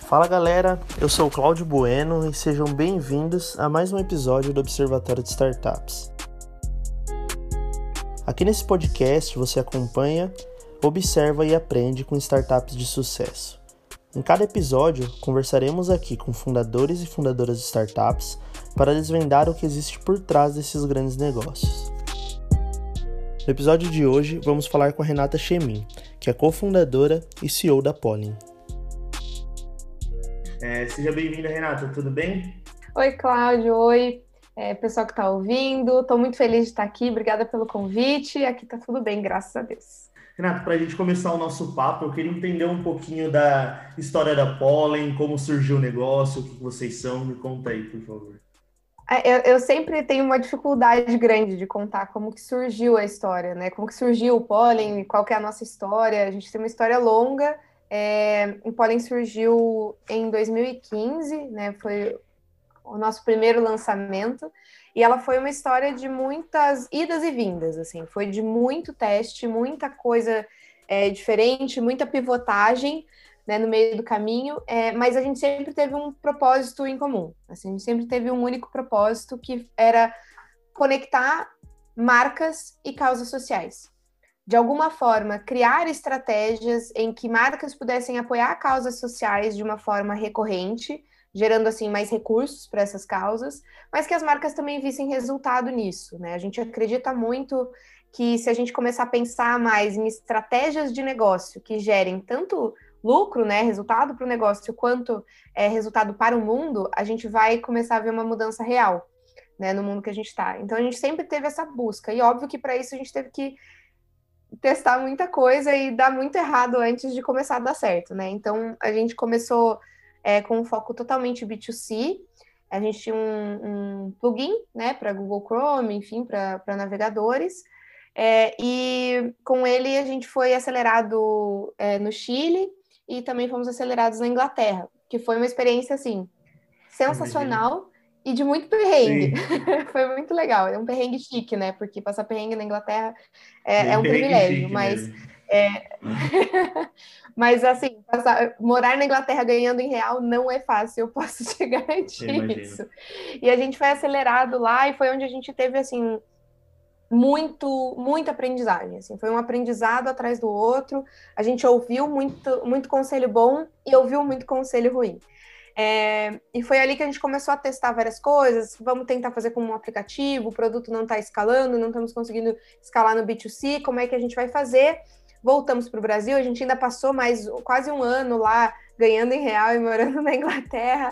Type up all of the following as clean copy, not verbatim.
Fala galera, eu sou o Cláudio Bueno e sejam bem-vindos a mais um episódio do Observatório de Startups. Aqui nesse podcast você acompanha, observa e aprende com startups de sucesso. Em cada episódio, conversaremos aqui com fundadores e fundadoras de startups para desvendar o que existe por trás desses grandes negócios. No episódio de hoje, vamos falar com a Renata Chemin, que é cofundadora e CEO da Pollen. Seja bem-vinda, Renata, tudo bem? Oi, Cláudio, oi, pessoal que está ouvindo, estou muito feliz de estar aqui, obrigada pelo convite, aqui está tudo bem, graças a Deus. Renata, para a gente começar o nosso papo, eu queria entender um pouquinho da história da Pollen, como surgiu o negócio, o que vocês são, me conta aí, por favor. Eu sempre tenho uma dificuldade grande de contar como que surgiu a história, né? Como que surgiu o Pollen, qual que é a nossa história, a gente tem uma história longa. O Pollen surgiu em 2015, né? Foi o nosso primeiro lançamento, e ela foi uma história de muitas idas e vindas, assim, foi de muito teste, muita coisa diferente, muita pivotagem, né, no meio do caminho, mas a gente sempre teve um propósito em comum, assim, a gente sempre teve um único propósito, que era conectar marcas e causas sociais. De alguma forma, criar estratégias em que marcas pudessem apoiar causas sociais de uma forma recorrente, gerando, assim, mais recursos para essas causas, mas que as marcas também vissem resultado nisso, né? A gente acredita muito que se a gente começar a pensar mais em estratégias de negócio que gerem tanto lucro, né, resultado para o negócio, quanto resultado para o mundo, a gente vai começar a ver uma mudança real, né, no mundo que a gente está. Então, a gente sempre teve essa busca, e óbvio que para isso a gente teve que testar muita coisa e dar muito errado antes de começar a dar certo, né? Então, a gente começou com um foco totalmente B2C. A gente tinha um plugin, né, para Google Chrome, enfim, para navegadores. E com ele a gente foi acelerado no Chile e também fomos acelerados na Inglaterra, que foi uma experiência, assim, sensacional e de muito perrengue. Foi muito legal. É um perrengue chique, né? Porque passar perrengue na Inglaterra é um privilégio, mas... Mas, assim, morar na Inglaterra ganhando em real não é fácil, eu posso te garantir isso. E a gente foi acelerado lá e foi onde a gente teve, assim, muita aprendizagem. Assim, foi um aprendizado atrás do outro. A gente ouviu muito conselho bom e ouviu muito conselho ruim. E foi ali que a gente começou a testar várias coisas. Vamos tentar fazer como um aplicativo, o produto não está escalando, não estamos conseguindo escalar no B2C, como é que a gente vai fazer? Voltamos para o Brasil, a gente ainda passou mais quase um ano lá, ganhando em real e morando na Inglaterra,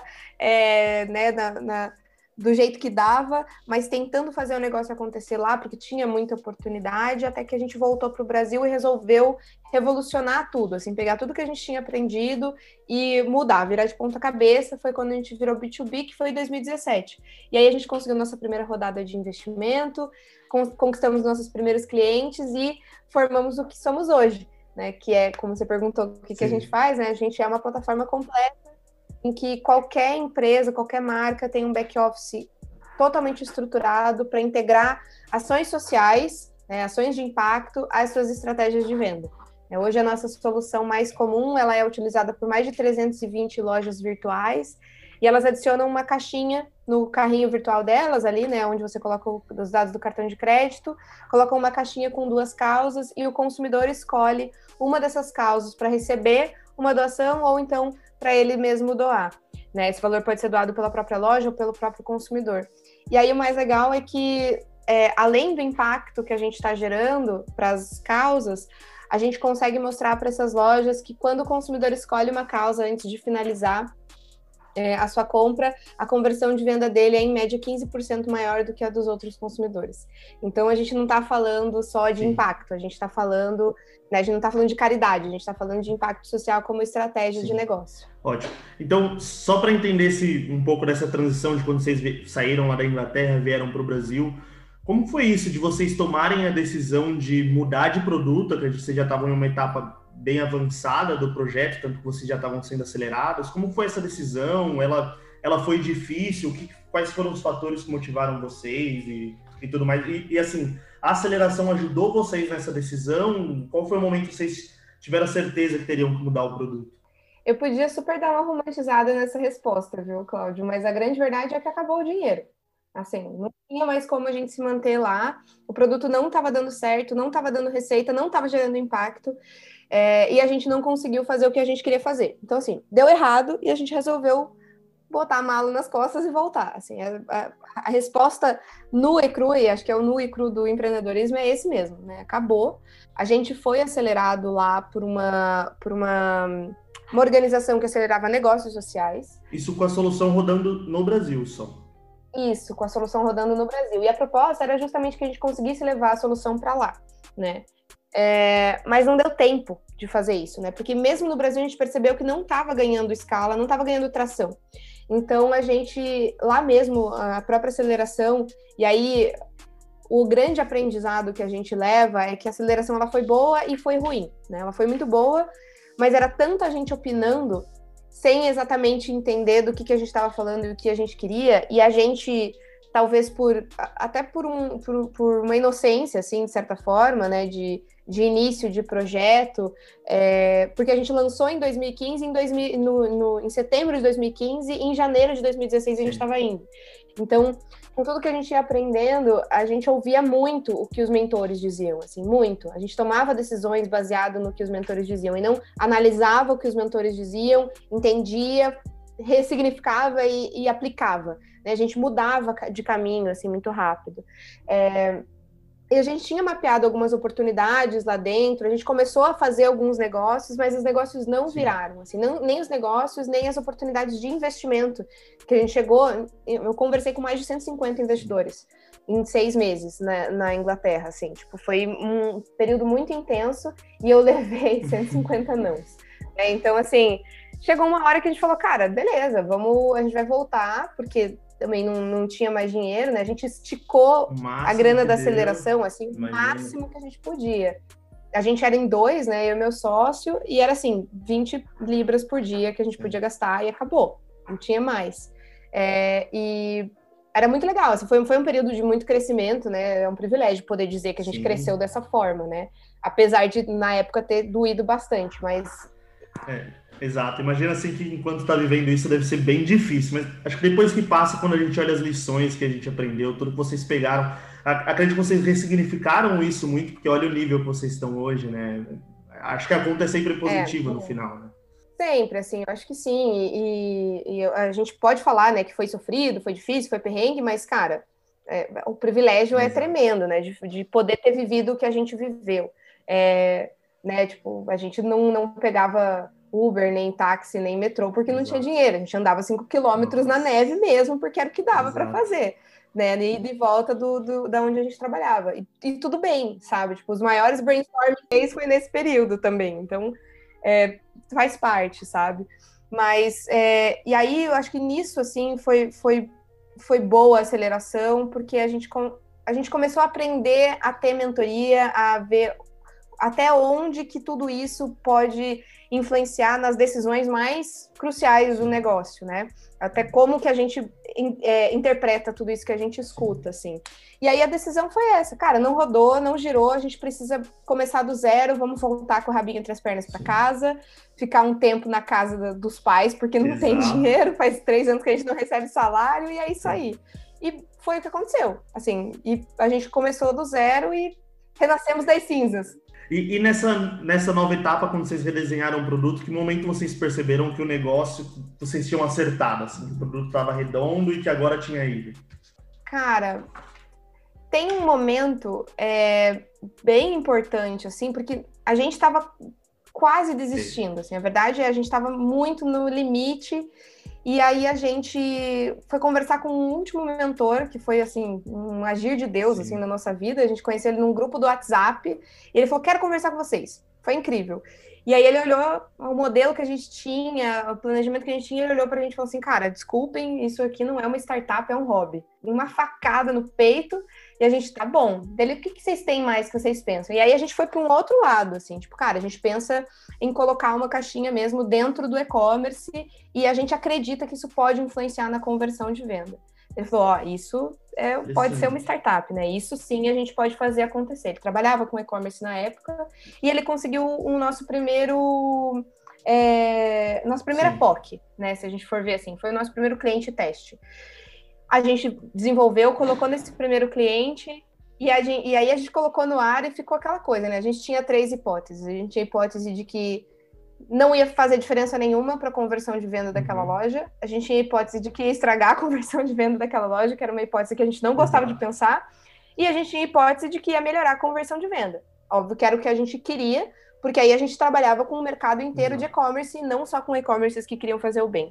né, do jeito que dava, mas tentando fazer o negócio acontecer lá, porque tinha muita oportunidade, até que a gente voltou para o Brasil e resolveu revolucionar tudo, assim, pegar tudo que a gente tinha aprendido e mudar, virar de ponta cabeça. Foi quando a gente virou B2B, que foi em 2017. E aí a gente conseguiu nossa primeira rodada de investimento, conquistamos nossos primeiros clientes e formamos o que somos hoje, né? Que é, como você perguntou, o que a gente faz, né? A gente é uma plataforma completa em que qualquer empresa, qualquer marca tem um back-office totalmente estruturado para integrar ações sociais, né, ações de impacto, às suas estratégias de venda. Hoje a nossa solução mais comum, ela é utilizada por mais de 320 lojas virtuais, e elas adicionam uma caixinha no carrinho virtual delas ali, né, onde você coloca os dados do cartão de crédito, colocam uma caixinha com 2 causas e o consumidor escolhe uma dessas causas para receber uma doação ou então para ele mesmo doar, né? Esse valor pode ser doado pela própria loja ou pelo próprio consumidor. E aí o mais legal é que, além do impacto que a gente está gerando para as causas, a gente consegue mostrar para essas lojas que quando o consumidor escolhe uma causa antes de finalizar a sua compra, a conversão de venda dele é em média 15% maior do que a dos outros consumidores. Então a gente não está falando só de impacto, a gente está falando, né, a gente não está falando de caridade, a gente está falando de impacto social como estratégia de negócio. Ótimo. Então, só para entender um pouco dessa transição de quando vocês saíram lá da Inglaterra, vieram para o Brasil, como foi isso de vocês tomarem a decisão de mudar de produto, que vocês já estavam em uma etapa bem avançada do projeto, tanto que vocês já estavam sendo acelerados? Como foi essa decisão? Ela foi difícil? Quais foram os fatores que motivaram vocês e tudo mais? E assim, a aceleração ajudou vocês nessa decisão? Qual foi o momento que vocês tiveram certeza que teriam que mudar o produto? Eu podia super dar uma romantizada nessa resposta, viu, Cláudio? Mas a grande verdade é que acabou o dinheiro. Assim, não tinha mais como a gente se manter lá. O produto não estava dando certo, não estava dando receita, não estava gerando impacto, e a gente não conseguiu fazer o que a gente queria fazer. Então, assim, deu errado e a gente resolveu botar a mala nas costas e voltar. Assim, a resposta nua e crua, e acho que é o nu e cru do empreendedorismo, é esse mesmo, né? Acabou. A gente foi acelerado lá por uma organização que acelerava negócios sociais. Isso com a solução rodando no Brasil só. Isso, com a solução rodando no Brasil. E a proposta era justamente que a gente conseguisse levar a solução para lá, né? Mas não deu tempo de fazer isso, né? Porque mesmo no Brasil a gente percebeu que não estava ganhando escala, não estava ganhando tração. Então a gente, lá mesmo, a própria aceleração, e aí o grande aprendizado que a gente leva é que a aceleração ela foi boa e foi ruim, né? Ela foi muito boa, mas era tanta gente opinando sem exatamente entender do que a gente estava falando e o que a gente queria, e a gente, talvez até por uma inocência, assim, de certa forma, né, de início de projeto, porque a gente lançou em 2015, em setembro de 2015, e em janeiro de 2016 a gente estava indo. Então, com tudo que a gente ia aprendendo, a gente ouvia muito o que os mentores diziam, assim, muito. A gente tomava decisões baseado no que os mentores diziam e não analisava o que os mentores diziam, entendia, ressignificava e aplicava, né? A gente mudava de caminho, assim, muito rápido. E a gente tinha mapeado algumas oportunidades lá dentro, a gente começou a fazer alguns negócios, mas os negócios não viraram, assim, nem os negócios, nem as oportunidades de investimento, que a gente chegou, eu conversei com mais de 150 investidores em 6 meses na Inglaterra, assim, tipo, foi um período muito intenso e eu levei 150 nãos, né? Então, assim, chegou uma hora que a gente falou, cara, beleza, a gente vai voltar, porque também não tinha mais dinheiro, né? A gente esticou a grana da aceleração, assim, o máximo que a gente podia. A gente era em 2, né? Eu e meu sócio, e era assim, 20 libras por dia que a gente podia gastar e acabou. Não tinha mais. E era muito legal, assim, foi um período de muito crescimento, né? É um privilégio poder dizer que a gente cresceu dessa forma, né? Apesar de, na época, ter doído bastante, mas... Exato. Imagina assim que enquanto está vivendo isso deve ser bem difícil, mas acho que depois que passa, quando a gente olha as lições que a gente aprendeu, tudo que vocês pegaram, acredito que vocês ressignificaram isso muito, porque olha o nível que vocês estão hoje, né? Acho que a conta é sempre positiva no final, né? Sempre, assim, eu acho que sim, e a gente pode falar, né, que foi sofrido, foi difícil, foi perrengue, mas, cara, o privilégio é tremendo, né, de poder ter vivido o que a gente viveu, né, tipo, a gente não pegava Uber, nem táxi, nem metrô, porque não tinha dinheiro. A gente andava 5 quilômetros na neve mesmo, porque era o que dava para fazer, né? E de volta da onde a gente trabalhava. E tudo bem, sabe? Tipo, os maiores brainstorming days foi nesse período também. Então, faz parte, sabe? Mas, e aí, eu acho que nisso, assim, foi boa a aceleração, porque a gente começou a aprender a ter mentoria, a ver até onde que tudo isso pode influenciar nas decisões mais cruciais do negócio, né? Até como que a gente interpreta tudo isso que a gente escuta, assim. E aí a decisão foi essa, cara, não rodou, não girou, a gente precisa começar do zero, vamos voltar com o rabinho entre as pernas para casa, ficar um tempo na casa dos pais, porque não tem dinheiro, faz 3 anos que a gente não recebe salário, e é isso aí. E foi o que aconteceu, assim, e a gente começou do zero e renascemos das cinzas. E nessa nova etapa, quando vocês redesenharam o produto, que momento vocês perceberam que o negócio, vocês tinham acertado, assim, que o produto estava redondo e que agora tinha ido? Cara, tem um momento bem importante, assim, porque a gente estava quase desistindo, assim, a verdade é a gente estava muito no limite. E aí a gente foi conversar com um último mentor, que foi, assim, um agir de Deus, assim, na nossa vida. A gente conheceu ele num grupo do WhatsApp. E ele falou, quero conversar com vocês. Foi incrível. E aí ele olhou o modelo que a gente tinha, o planejamento que a gente tinha, ele olhou pra gente e falou assim, cara, desculpem, isso aqui não é uma startup, é um hobby. Uma facada no peito, e a gente, tá bom. Dele, o que vocês têm mais que vocês pensam? E aí a gente foi para um outro lado, assim, tipo, cara, a gente pensa em colocar uma caixinha mesmo dentro do e-commerce, e a gente acredita que isso pode influenciar na conversão de venda. Ele falou, ó, isso pode ser uma startup, né? Isso sim a gente pode fazer acontecer. Ele trabalhava com e-commerce na época e ele conseguiu o nosso primeiro nossa primeira Sim. POC, né? Se a gente for ver assim, foi o nosso primeiro cliente teste. A gente desenvolveu, colocou nesse primeiro cliente, e aí a gente colocou no ar e ficou aquela coisa, né? A gente tinha 3 hipóteses. A gente tinha a hipótese de que não ia fazer diferença nenhuma para a conversão de venda daquela loja. A gente tinha a hipótese de que ia estragar a conversão de venda daquela loja, que era uma hipótese que a gente não gostava de pensar. E a gente tinha a hipótese de que ia melhorar a conversão de venda. Óbvio que era o que a gente queria, porque aí a gente trabalhava com o mercado inteiro de e-commerce e não só com e-commerces que queriam fazer o bem.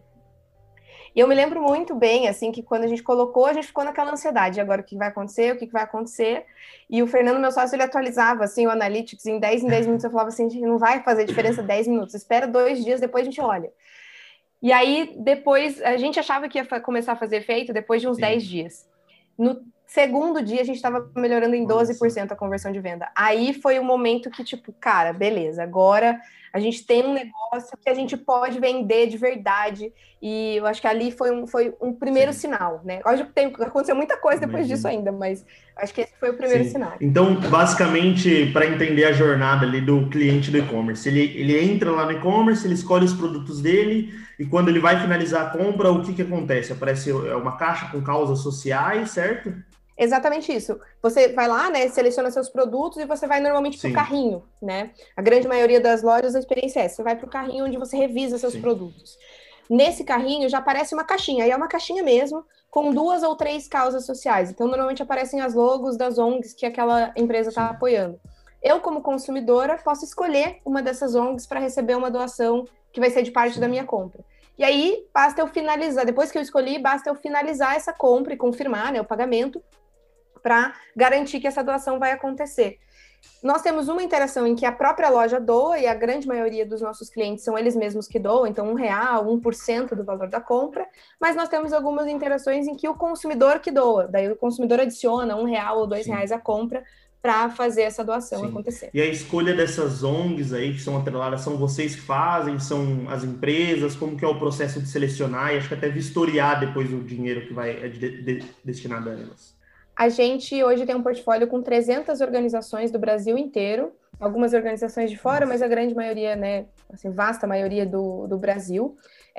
E eu me lembro muito bem, assim, que quando a gente colocou, a gente ficou naquela ansiedade. Agora, o que vai acontecer? O que vai acontecer? E o Fernando, meu sócio, ele atualizava, assim, o Analytics em 10 minutos. Eu falava assim, não vai fazer diferença 10 minutos. Espera 2 dias, depois a gente olha. E aí, depois, a gente achava que ia começar a fazer efeito depois de uns 10 dias. No segundo dia, a gente estava melhorando em 12% a conversão de venda. Aí foi o momento que, tipo, cara, beleza, agora a gente tem um negócio que a gente pode vender de verdade. E eu acho que ali foi um primeiro sinal, né? Aconteceu muita coisa depois disso ainda, mas acho que esse foi o primeiro sinal. Então, basicamente, para entender a jornada ali do cliente do e-commerce, ele entra lá no e-commerce, ele escolhe os produtos dele, e quando ele vai finalizar a compra, o que acontece? Aparece uma caixa com causas sociais, certo? Exatamente isso. Você vai lá, né, seleciona seus produtos e você vai normalmente para o carrinho, né? A grande maioria das lojas, a experiência é essa. Você vai para o carrinho onde você revisa seus produtos. Nesse carrinho já aparece uma caixinha, aí é uma caixinha mesmo, com 2 ou 3 causas sociais. Então, normalmente aparecem as logos das ONGs que aquela empresa está apoiando. Eu, como consumidora, posso escolher uma dessas ONGs para receber uma doação que vai ser de parte da minha compra. E aí, basta eu finalizar, depois que eu escolhi, basta eu finalizar essa compra e confirmar, né, o pagamento, para garantir que essa doação vai acontecer. Nós temos uma interação em que a própria loja doa, e a grande maioria dos nossos clientes são eles mesmos que doam, então R$1, 1% do valor da compra, mas nós temos algumas interações em que o consumidor que doa, daí o consumidor adiciona R$1 ou R$2 à compra para fazer essa doação acontecer. E a escolha dessas ONGs aí que são atreladas, são vocês que fazem, são as empresas, como que é o processo de selecionar e acho que até vistoriar depois o dinheiro que vai destinado a elas? A gente hoje tem um portfólio com 300 organizações do Brasil inteiro, algumas organizações de fora, mas a grande maioria, né, assim, vasta maioria do Brasil,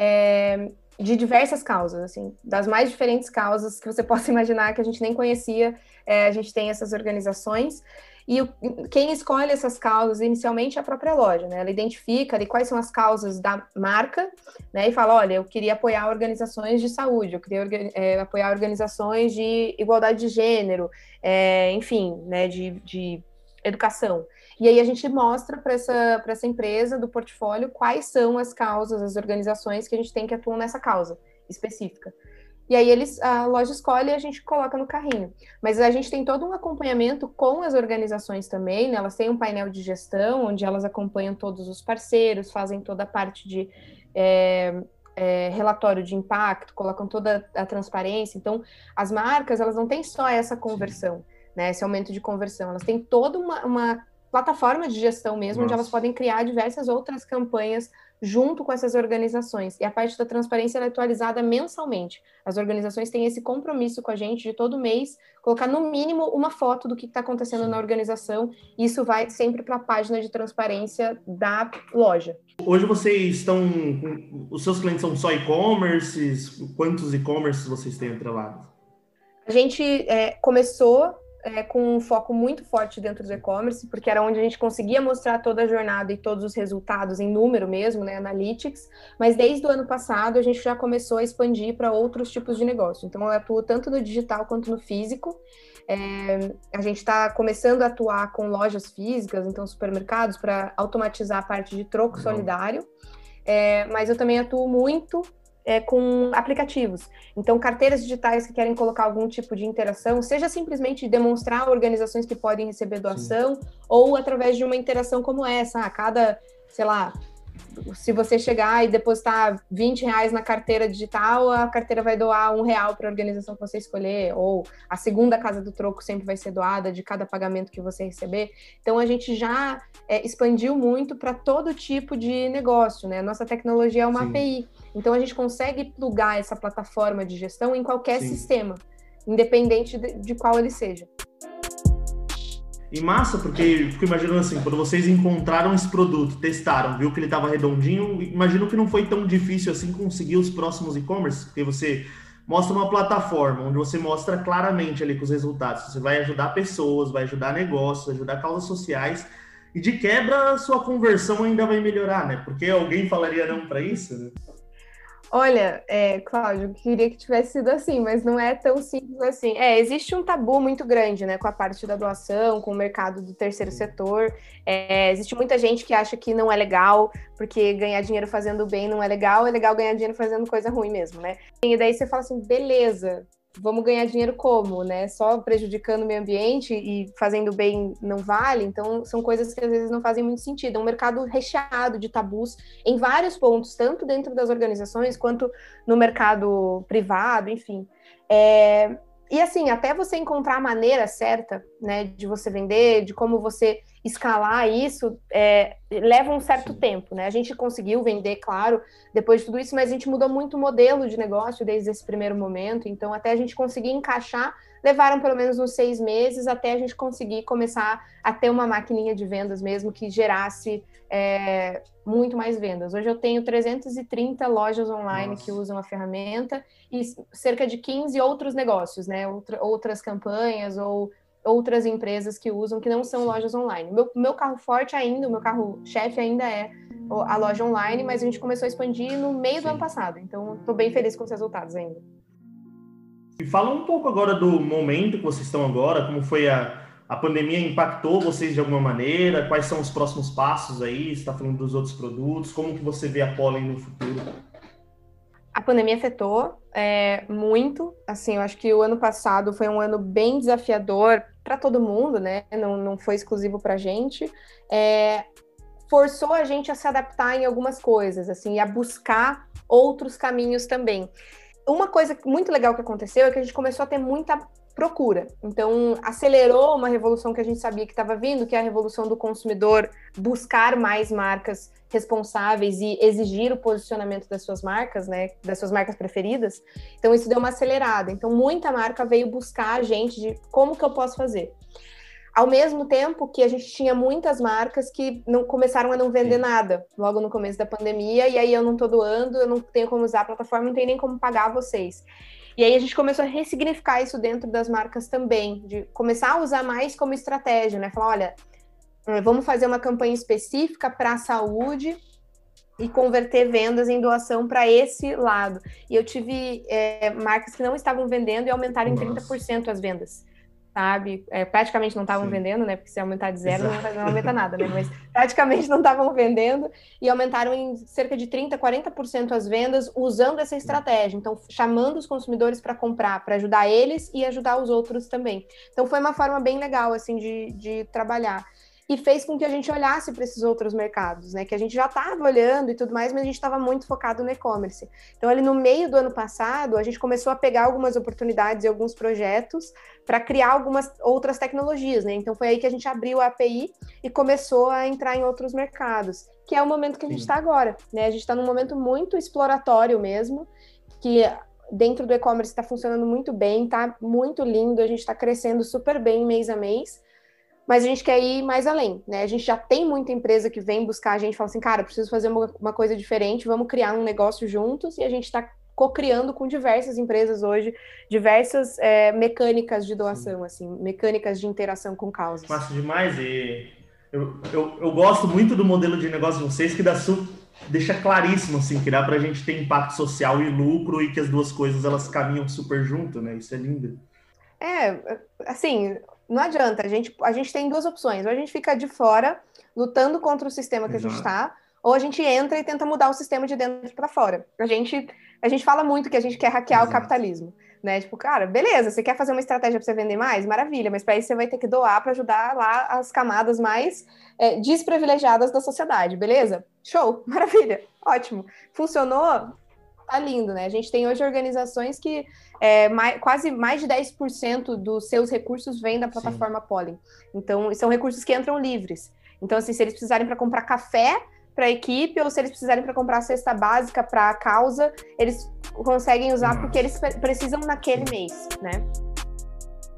de diversas causas, assim, das mais diferentes causas que você possa imaginar que a gente nem conhecia, a gente tem essas organizações. E quem escolhe essas causas inicialmente é a própria loja, né? Ela identifica ali quais são as causas da marca, né? E fala, olha, eu queria apoiar organizações de saúde, eu queria apoiar organizações de igualdade de gênero, enfim, né? De educação. E aí a gente mostra para essa empresa do portfólio quais são as causas, as organizações que a gente tem que atuar nessa causa específica. E aí a loja escolhe e a gente coloca no carrinho. Mas a gente tem todo um acompanhamento com as organizações também, né? Elas têm um painel de gestão, onde elas acompanham todos os parceiros, fazem toda a parte de relatório de impacto, colocam toda a transparência. Então, as marcas, elas não têm só essa conversão, né? Esse aumento de conversão. Elas têm toda uma plataforma de gestão mesmo, onde elas podem criar diversas outras campanhas junto com essas organizações. E a parte da transparência é atualizada mensalmente. As organizações têm esse compromisso com a gente de todo mês colocar no mínimo uma foto do que está acontecendo na organização. E isso vai sempre para a página de transparência da loja. Hoje vocês estão... Os seus clientes são só e-commerces? Quantos e-commerces vocês têm atrelados? A gente começou com um foco muito forte dentro do e-commerce, porque era onde a gente conseguia mostrar toda a jornada e todos os resultados em número mesmo, né, Analytics, mas desde o ano passado a gente já começou a expandir para outros tipos de negócio. Então eu atuo tanto no digital quanto no físico. A gente está começando a atuar com lojas físicas, então supermercados, para automatizar a parte de troco solidário, mas eu também atuo muito com aplicativos. Então, carteiras digitais que querem colocar algum tipo de interação, seja simplesmente demonstrar organizações que podem receber doação, ou através de uma interação como essa, a cada, sei lá, se você chegar e depositar R$20 na carteira digital, a carteira vai doar R$1 para a organização que você escolher, ou a segunda casa do troco sempre vai ser doada de cada pagamento que você receber. Então, a gente já expandiu muito para todo tipo de negócio, né? Nossa tecnologia é uma API, então a gente consegue plugar essa plataforma de gestão em qualquer sistema, independente de qual ele seja. E massa, porque fico imaginando assim, quando vocês encontraram esse produto, testaram, viu que ele estava redondinho, imagino que não foi tão difícil assim conseguir os próximos e-commerce, porque você mostra uma plataforma onde você mostra claramente ali com os resultados. Você vai ajudar pessoas, vai ajudar negócios, vai ajudar causas sociais, e de quebra a sua conversão ainda vai melhorar, né? Porque alguém falaria não para isso, né? Olha, Cláudio, queria que tivesse sido assim, mas não é tão simples assim. Existe um tabu muito grande, né, com a parte da doação, com o mercado do terceiro setor. Existe muita gente que acha que não é legal, porque ganhar dinheiro fazendo bem não é legal ganhar dinheiro fazendo coisa ruim mesmo, né? E daí você fala assim, beleza, vamos ganhar dinheiro como, né? Só prejudicando o meio ambiente e fazendo bem não vale? Então, são coisas que às vezes não fazem muito sentido. É um mercado recheado de tabus em vários pontos, tanto dentro das organizações quanto no mercado privado, enfim. E assim, até você encontrar a maneira certa, né, de você vender, de como você escalar isso, leva um certo tempo, né? A gente conseguiu vender, claro, depois de tudo isso, mas a gente mudou muito o modelo de negócio desde esse primeiro momento, então até a gente conseguir encaixar, levaram pelo menos uns 6 meses até a gente conseguir começar a ter uma maquininha de vendas mesmo que gerasse muito mais vendas. Hoje eu tenho 330 lojas online que usam a ferramenta e cerca de 15 outros negócios, né? Outras campanhas ou outras empresas que usam, que não são lojas online. Meu carro forte ainda, o meu carro-chefe ainda é a loja online, mas a gente começou a expandir no meio do ano passado, então estou bem feliz com os resultados ainda. E fala um pouco agora do momento que vocês estão agora, como foi a pandemia impactou vocês de alguma maneira, quais são os próximos passos aí, você está falando dos outros produtos, como que você vê a Pollen no futuro? A pandemia afetou muito, assim, eu acho que o ano passado foi um ano bem desafiador para todo mundo, né? Não foi exclusivo para a gente. Forçou a gente a se adaptar em algumas coisas, assim, e a buscar outros caminhos também. Uma coisa muito legal que aconteceu é que a gente começou a ter muita procura. Então, acelerou uma revolução que a gente sabia que estava vindo, que é a revolução do consumidor buscar mais marcas responsáveis e exigir o posicionamento das suas marcas, né, das suas marcas preferidas. Então, isso deu uma acelerada. Então, muita marca veio buscar a gente de como que eu posso fazer. Ao mesmo tempo que a gente tinha muitas marcas que não começaram a não vender nada logo no começo da pandemia, e aí eu não estou doando, eu não tenho como usar a plataforma, não tenho nem como pagar vocês. E aí a gente começou a ressignificar isso dentro das marcas também, de começar a usar mais como estratégia, né? Falar, olha, vamos fazer uma campanha específica para a saúde e converter vendas em doação para esse lado. E eu tive marcas que não estavam vendendo e aumentaram em 30% as vendas. Sabe? Praticamente não estavam vendendo, né? Porque se aumentar de zero não aumenta nada, né? Mas praticamente não estavam vendendo e aumentaram em cerca de 30%, 40% as vendas usando essa estratégia. Então, chamando os consumidores para comprar, para ajudar eles e ajudar os outros também. Então, foi uma forma bem legal, assim, de trabalhar. E fez com que a gente olhasse para esses outros mercados, né? Que a gente já estava olhando e tudo mais, mas a gente estava muito focado no e-commerce. Então, ali no meio do ano passado, a gente começou a pegar algumas oportunidades e alguns projetos para criar algumas outras tecnologias, né? Então, foi aí que a gente abriu a API e começou a entrar em outros mercados, que é o momento que a gente está agora, né? A gente está num momento muito exploratório mesmo, que dentro do e-commerce está funcionando muito bem, está muito lindo, a gente está crescendo super bem mês a mês, mas a gente quer ir mais além, né? A gente já tem muita empresa que vem buscar a gente e fala assim, cara, preciso fazer uma coisa diferente, vamos criar um negócio juntos, e a gente está co-criando com diversas empresas hoje, diversas mecânicas de doação, assim, mecânicas de interação com causas. Massa demais, e eu gosto muito do modelo de negócio de vocês, que deixa claríssimo, assim, que dá pra gente ter impacto social e lucro, e que as duas coisas, elas caminham super junto, né? Isso é lindo. Assim, não adianta, a gente tem duas opções, ou a gente fica de fora, lutando contra o sistema que a gente está, ou a gente entra e tenta mudar o sistema de dentro para fora. A gente fala muito que a gente quer hackear o capitalismo, né? Tipo, cara, beleza, você quer fazer uma estratégia para você vender mais? Maravilha, mas para isso você vai ter que doar para ajudar lá as camadas mais desprivilegiadas da sociedade, beleza? Show, maravilha, ótimo. Funcionou? Tá lindo, né? A gente tem hoje organizações que quase mais de 10% dos seus recursos vêm da plataforma Pollen. Então, são recursos que entram livres. Então, assim, se eles precisarem para comprar café para a equipe, ou se eles precisarem para comprar cesta básica para a causa, eles conseguem usar porque eles precisam naquele mês, né?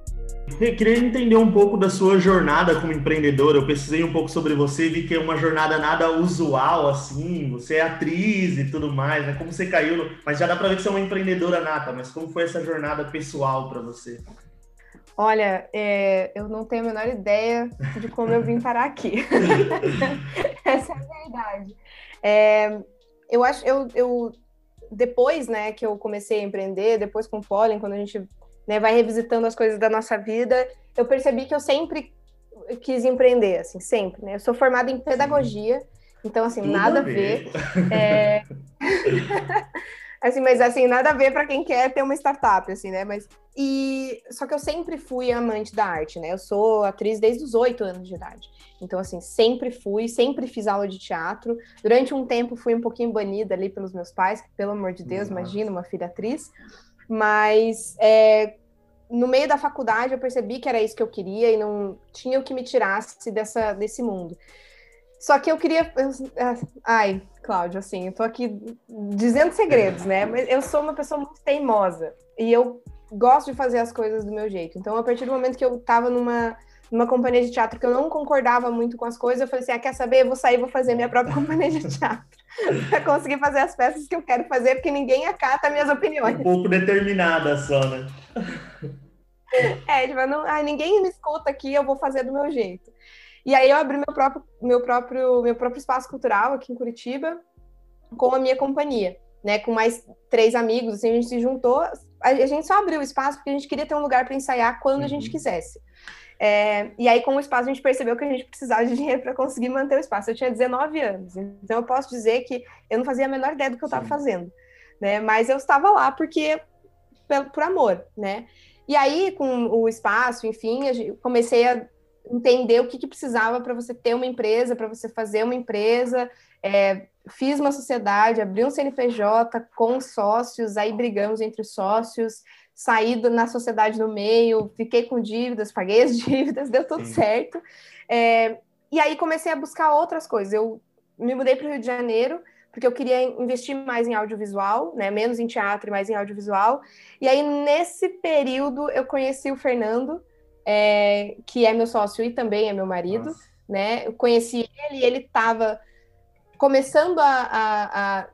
Eu queria entender um pouco da sua jornada como empreendedora. Eu pesquisei um pouco sobre você e vi que é uma jornada nada usual, assim. Você é atriz e tudo mais, né? Como você caiu Mas já dá para ver que você é uma empreendedora nata, mas como foi essa jornada pessoal para você? Olha, eu não tenho a menor ideia de como eu vim parar aqui. Essa é a verdade. Eu acho, depois, né, que eu comecei a empreender, depois com o Pollen, quando a gente, né, vai revisitando as coisas da nossa vida, eu percebi que eu sempre quis empreender, assim, sempre, né? Eu sou formada em pedagogia, então, assim, Tudo a nada a ver. ver. É, assim, mas assim, nada a ver para quem quer ter uma startup, assim, né? Só que eu sempre fui amante da arte, né? Eu sou atriz desde os 8 anos de idade. Então, assim, sempre fiz aula de teatro. Durante um tempo fui um pouquinho banida ali pelos meus pais, que, pelo amor de Deus, Nossa. imagina uma filha atriz. Mas no meio da faculdade eu percebi que era isso que eu queria e não tinha o que me tirasse desse mundo. Só que eu queria. Ai, Cláudio, assim, eu tô aqui dizendo segredos, né? Mas eu sou uma pessoa muito teimosa e eu gosto de fazer as coisas do meu jeito. Então, a partir do momento que eu tava numa companhia de teatro que eu não concordava muito com as coisas, eu falei assim: quer saber? Eu vou sair, vou fazer minha própria companhia de teatro para conseguir fazer as peças que eu quero fazer, porque ninguém acata minhas opiniões. Um pouco determinada só, né? Tipo, não, ninguém me escuta aqui, eu vou fazer do meu jeito. E aí eu abri meu próprio espaço cultural aqui em Curitiba com a minha companhia, né? Com mais 3 amigos, assim, a gente se juntou. A gente só abriu o espaço porque a gente queria ter um lugar para ensaiar quando a gente quisesse. E aí, com o espaço, a gente percebeu que a gente precisava de dinheiro para conseguir manter o espaço. Eu tinha 19 anos, então eu posso dizer que eu não fazia a menor ideia do que eu estava fazendo, né? Mas eu estava lá porque por amor, né? E aí, com o espaço, enfim, comecei a entender o que precisava para você ter uma empresa, para você fazer uma empresa. Fiz uma sociedade, abri um CNPJ com sócios, aí brigamos entre os sócios, saí na sociedade no meio, fiquei com dívidas, paguei as dívidas, deu tudo certo. E aí comecei a buscar outras coisas. Eu me mudei para o Rio de Janeiro, porque eu queria investir mais em audiovisual, né? Menos em teatro e mais em audiovisual. E aí, nesse período, eu conheci o Fernando, que é meu sócio e também é meu marido, né? Eu conheci ele e ele estava começando a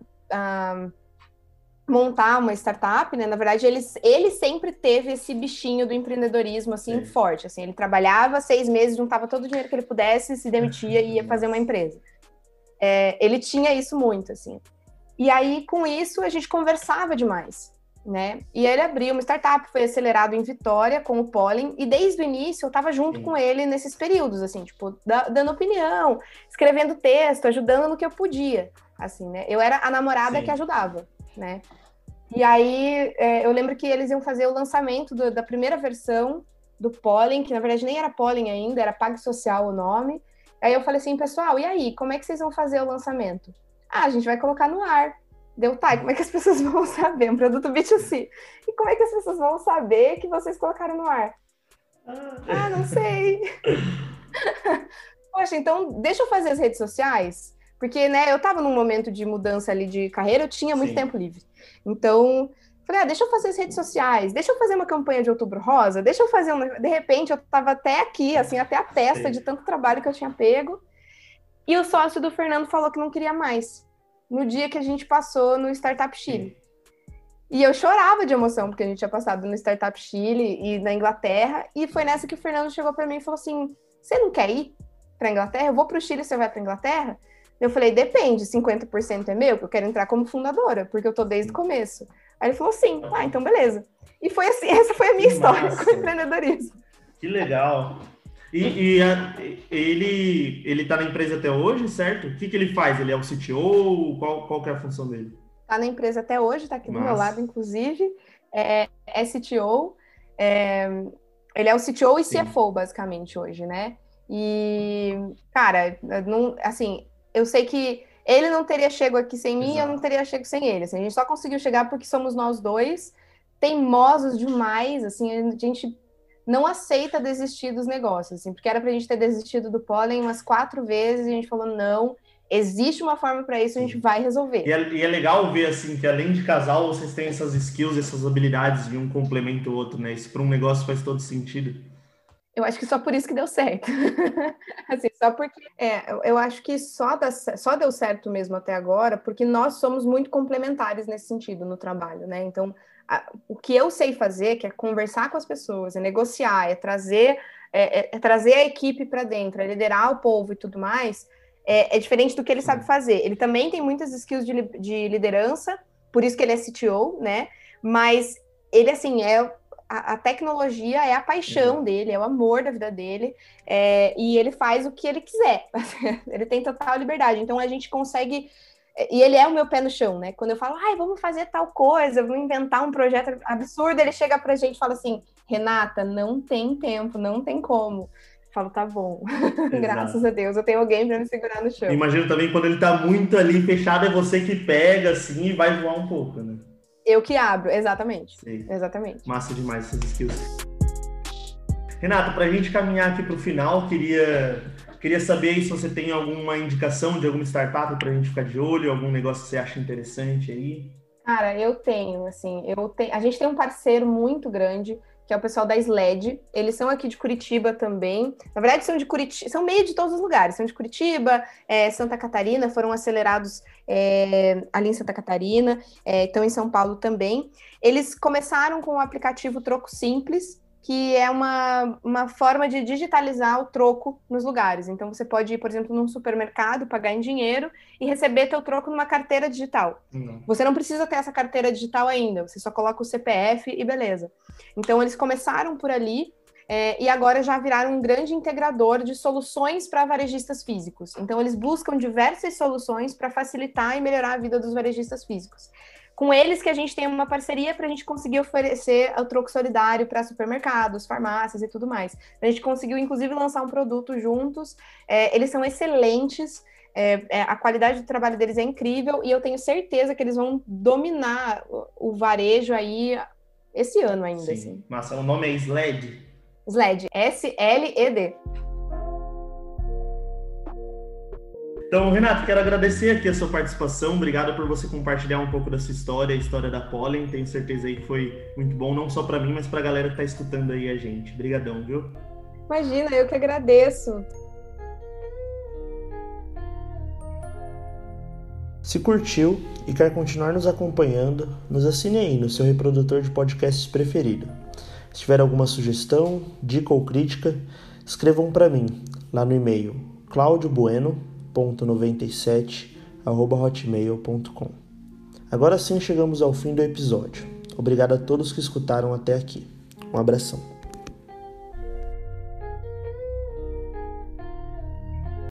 montar uma startup, né? Na verdade, ele sempre teve esse bichinho do empreendedorismo, assim, forte. Assim, ele trabalhava 6 meses, juntava todo o dinheiro que ele pudesse, se demitia e ia fazer uma empresa. Ele tinha isso muito, assim. E aí, com isso, a gente conversava demais, né? E ele abriu uma startup, foi acelerado em Vitória com o Pollen, e desde o início eu estava junto com ele nesses períodos, assim, tipo, dando opinião, escrevendo texto, ajudando no que eu podia, assim, né? Eu era a namorada que ajudava, né? E aí, eu lembro que eles iam fazer o lançamento da primeira versão do Pollen, que na verdade nem era Pollen ainda, era PagSocial o nome. Aí eu falei assim, pessoal, e aí, como é que vocês vão fazer o lançamento? A gente vai colocar no ar. Deu, tá, e como é que as pessoas vão saber? Um produto B2C. E como é que as pessoas vão saber que vocês colocaram no ar? Não sei. Poxa, então deixa eu fazer as redes sociais, porque, né, eu tava num momento de mudança ali de carreira, eu tinha muito tempo livre. Então, falei, deixa eu fazer as redes sociais, deixa eu fazer uma campanha de Outubro Rosa, deixa eu fazer uma... De repente, eu tava até aqui, assim, até a testa de tanto trabalho que eu tinha pego. E o sócio do Fernando falou que não queria mais, no dia que a gente passou no Startup Chile. E eu chorava de emoção, porque a gente tinha passado no Startup Chile e na Inglaterra, e foi nessa que o Fernando chegou para mim e falou assim, você não quer ir para Inglaterra? Eu vou para o Chile, você vai para Inglaterra? Eu falei, depende, 50% é meu, que eu quero entrar como fundadora, porque eu tô desde o começo. Aí ele falou, sim, então beleza. E foi assim, essa foi a minha história com o empreendedorismo. Que legal. Ele tá na empresa até hoje, certo? O que ele faz? Ele é o CTO? Qual que é a função dele? Tá na empresa até hoje, tá aqui do meu lado, inclusive. É CTO. Ele é o CTO e CFO, basicamente, hoje, né? E, cara, assim, eu sei que ele não teria chego aqui sem mim, eu não teria chego sem ele. Assim, a gente só conseguiu chegar porque somos nós dois, teimosos demais, assim, a gente não aceita desistir dos negócios, assim, porque era pra gente ter desistido do Pollen umas 4 vezes, e a gente falou, não, existe uma forma para isso, a gente vai resolver. E é legal ver, assim, que além de casal, vocês têm essas skills, essas habilidades e um complementa o outro, né? Isso para um negócio faz todo sentido. Eu acho que só por isso que deu certo. Assim, só porque eu acho que só deu certo mesmo até agora, porque nós somos muito complementares nesse sentido no trabalho, né? Então, o que eu sei fazer, que é conversar com as pessoas, é negociar, trazer a equipe para dentro, é liderar o povo e tudo mais, é diferente do que ele sabe fazer. Ele também tem muitas skills de liderança, por isso que ele é CTO, né? Mas ele, assim, a tecnologia é a paixão dele, é o amor da vida dele, e ele faz o que ele quiser. Ele tem total liberdade. Então a gente consegue. E ele é o meu pé no chão, né? Quando eu falo, vamos fazer tal coisa, vamos inventar um projeto absurdo, ele chega pra gente e fala assim: Renata, não tem tempo, não tem como. Eu falo, tá bom. Graças a Deus, eu tenho alguém para me segurar no chão. Imagino também quando ele tá muito ali fechado, é você que pega assim e vai voar um pouco, né? Eu que abro, exatamente. Sei. Exatamente. Massa demais essas skills. Renata, para a gente caminhar aqui para o final, queria saber aí se você tem alguma indicação de alguma startup para a gente ficar de olho, algum negócio que você acha interessante aí. Cara, eu tenho, assim, a gente tem um parceiro muito grande, que é o pessoal da SLED. Eles são aqui de Curitiba também. Na verdade, são de Curitiba, são meio de todos os lugares. São de Curitiba, Santa Catarina, foram acelerados ali em Santa Catarina, estão em São Paulo também. Eles começaram com o aplicativo Troco Simples, que é uma forma de digitalizar o troco nos lugares. Então, você pode ir, por exemplo, num supermercado, pagar em dinheiro e receber teu troco numa carteira digital. Você não precisa ter essa carteira digital ainda, você só coloca o CPF e beleza. Então, eles começaram por ali e agora já viraram um grande integrador de soluções para varejistas físicos. Então, eles buscam diversas soluções para facilitar e melhorar a vida dos varejistas físicos. Com eles que a gente tem uma parceria para a gente conseguir oferecer o troco solidário para supermercados, farmácias e tudo mais. A gente conseguiu, inclusive, lançar um produto juntos. Eles são excelentes, a qualidade do trabalho deles é incrível e eu tenho certeza que eles vão dominar o varejo aí esse ano ainda. Sim. Assim. Massa, o nome é SLED? SLED, SLED. Então, Renato, quero agradecer aqui a sua participação. Obrigado por você compartilhar um pouco da sua história, a história da Pollen. Tenho certeza aí que foi muito bom, não só para mim, mas para a galera que está escutando aí a gente. Obrigadão, viu? Imagina, eu que agradeço. Se curtiu e quer continuar nos acompanhando, nos assine aí no seu reprodutor de podcasts preferido. Se tiver alguma sugestão, dica ou crítica, escrevam para mim lá no e-mail claudiobueno.97@hotmail.com. Agora sim chegamos ao fim do episódio. Obrigado a todos que escutaram até aqui. Um abração.